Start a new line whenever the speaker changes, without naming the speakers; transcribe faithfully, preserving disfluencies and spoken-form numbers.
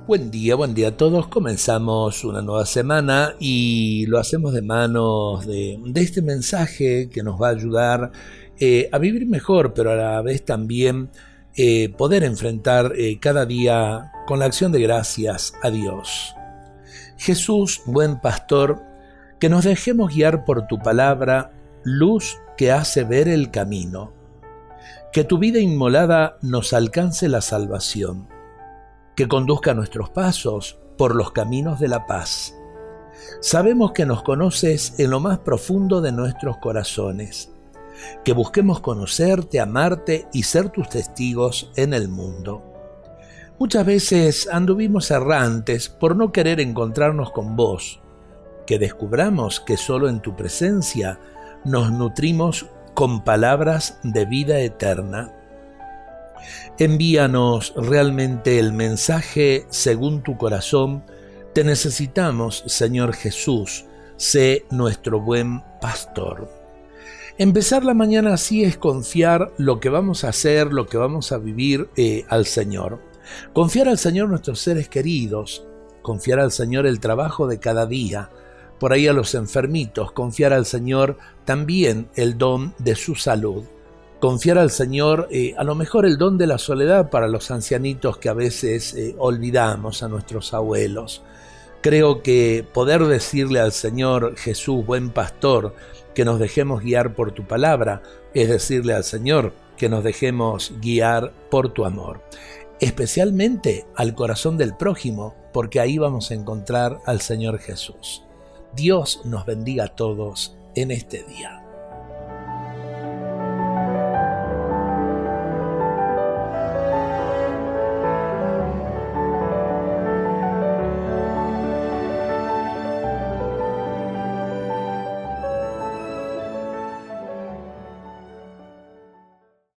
Buen día, buen día a todos. Comenzamos una nueva semana y lo hacemos de manos de, de este mensaje que nos va a ayudar eh, a vivir mejor, pero a la vez también eh, poder enfrentar eh, cada día con la acción de gracias a Dios. Jesús, buen pastor, que nos dejemos guiar por tu palabra, luz que hace ver el camino. Que tu vida inmolada nos alcance la salvación. Que conduzca nuestros pasos por los caminos de la paz. Sabemos que nos conoces en lo más profundo de nuestros corazones. Que busquemos conocerte, amarte y ser tus testigos en el mundo. Muchas veces anduvimos errantes por no querer encontrarnos con vos. Que descubramos que solo en tu presencia nos nutrimos con palabras de vida eterna. Envíanos realmente el mensaje según tu corazón. Te necesitamos, Señor Jesús. Sé nuestro buen pastor. Empezar la mañana así es confiar lo que vamos a hacer, lo que vamos a vivir eh, al Señor. Confiar al Señor nuestros seres queridos. Confiar al Señor el trabajo de cada día. Por ahí a los enfermitos. Confiar al Señor también el don de su salud. Confiar al Señor, eh, a lo mejor el don de la soledad para los ancianitos que a veces eh, olvidamos, a nuestros abuelos. Creo que poder decirle al Señor Jesús, buen pastor, que nos dejemos guiar por tu palabra, es decirle al Señor que nos dejemos guiar por tu amor. Especialmente al corazón del prójimo, porque ahí vamos a encontrar al Señor Jesús. Dios nos bendiga a todos en este día.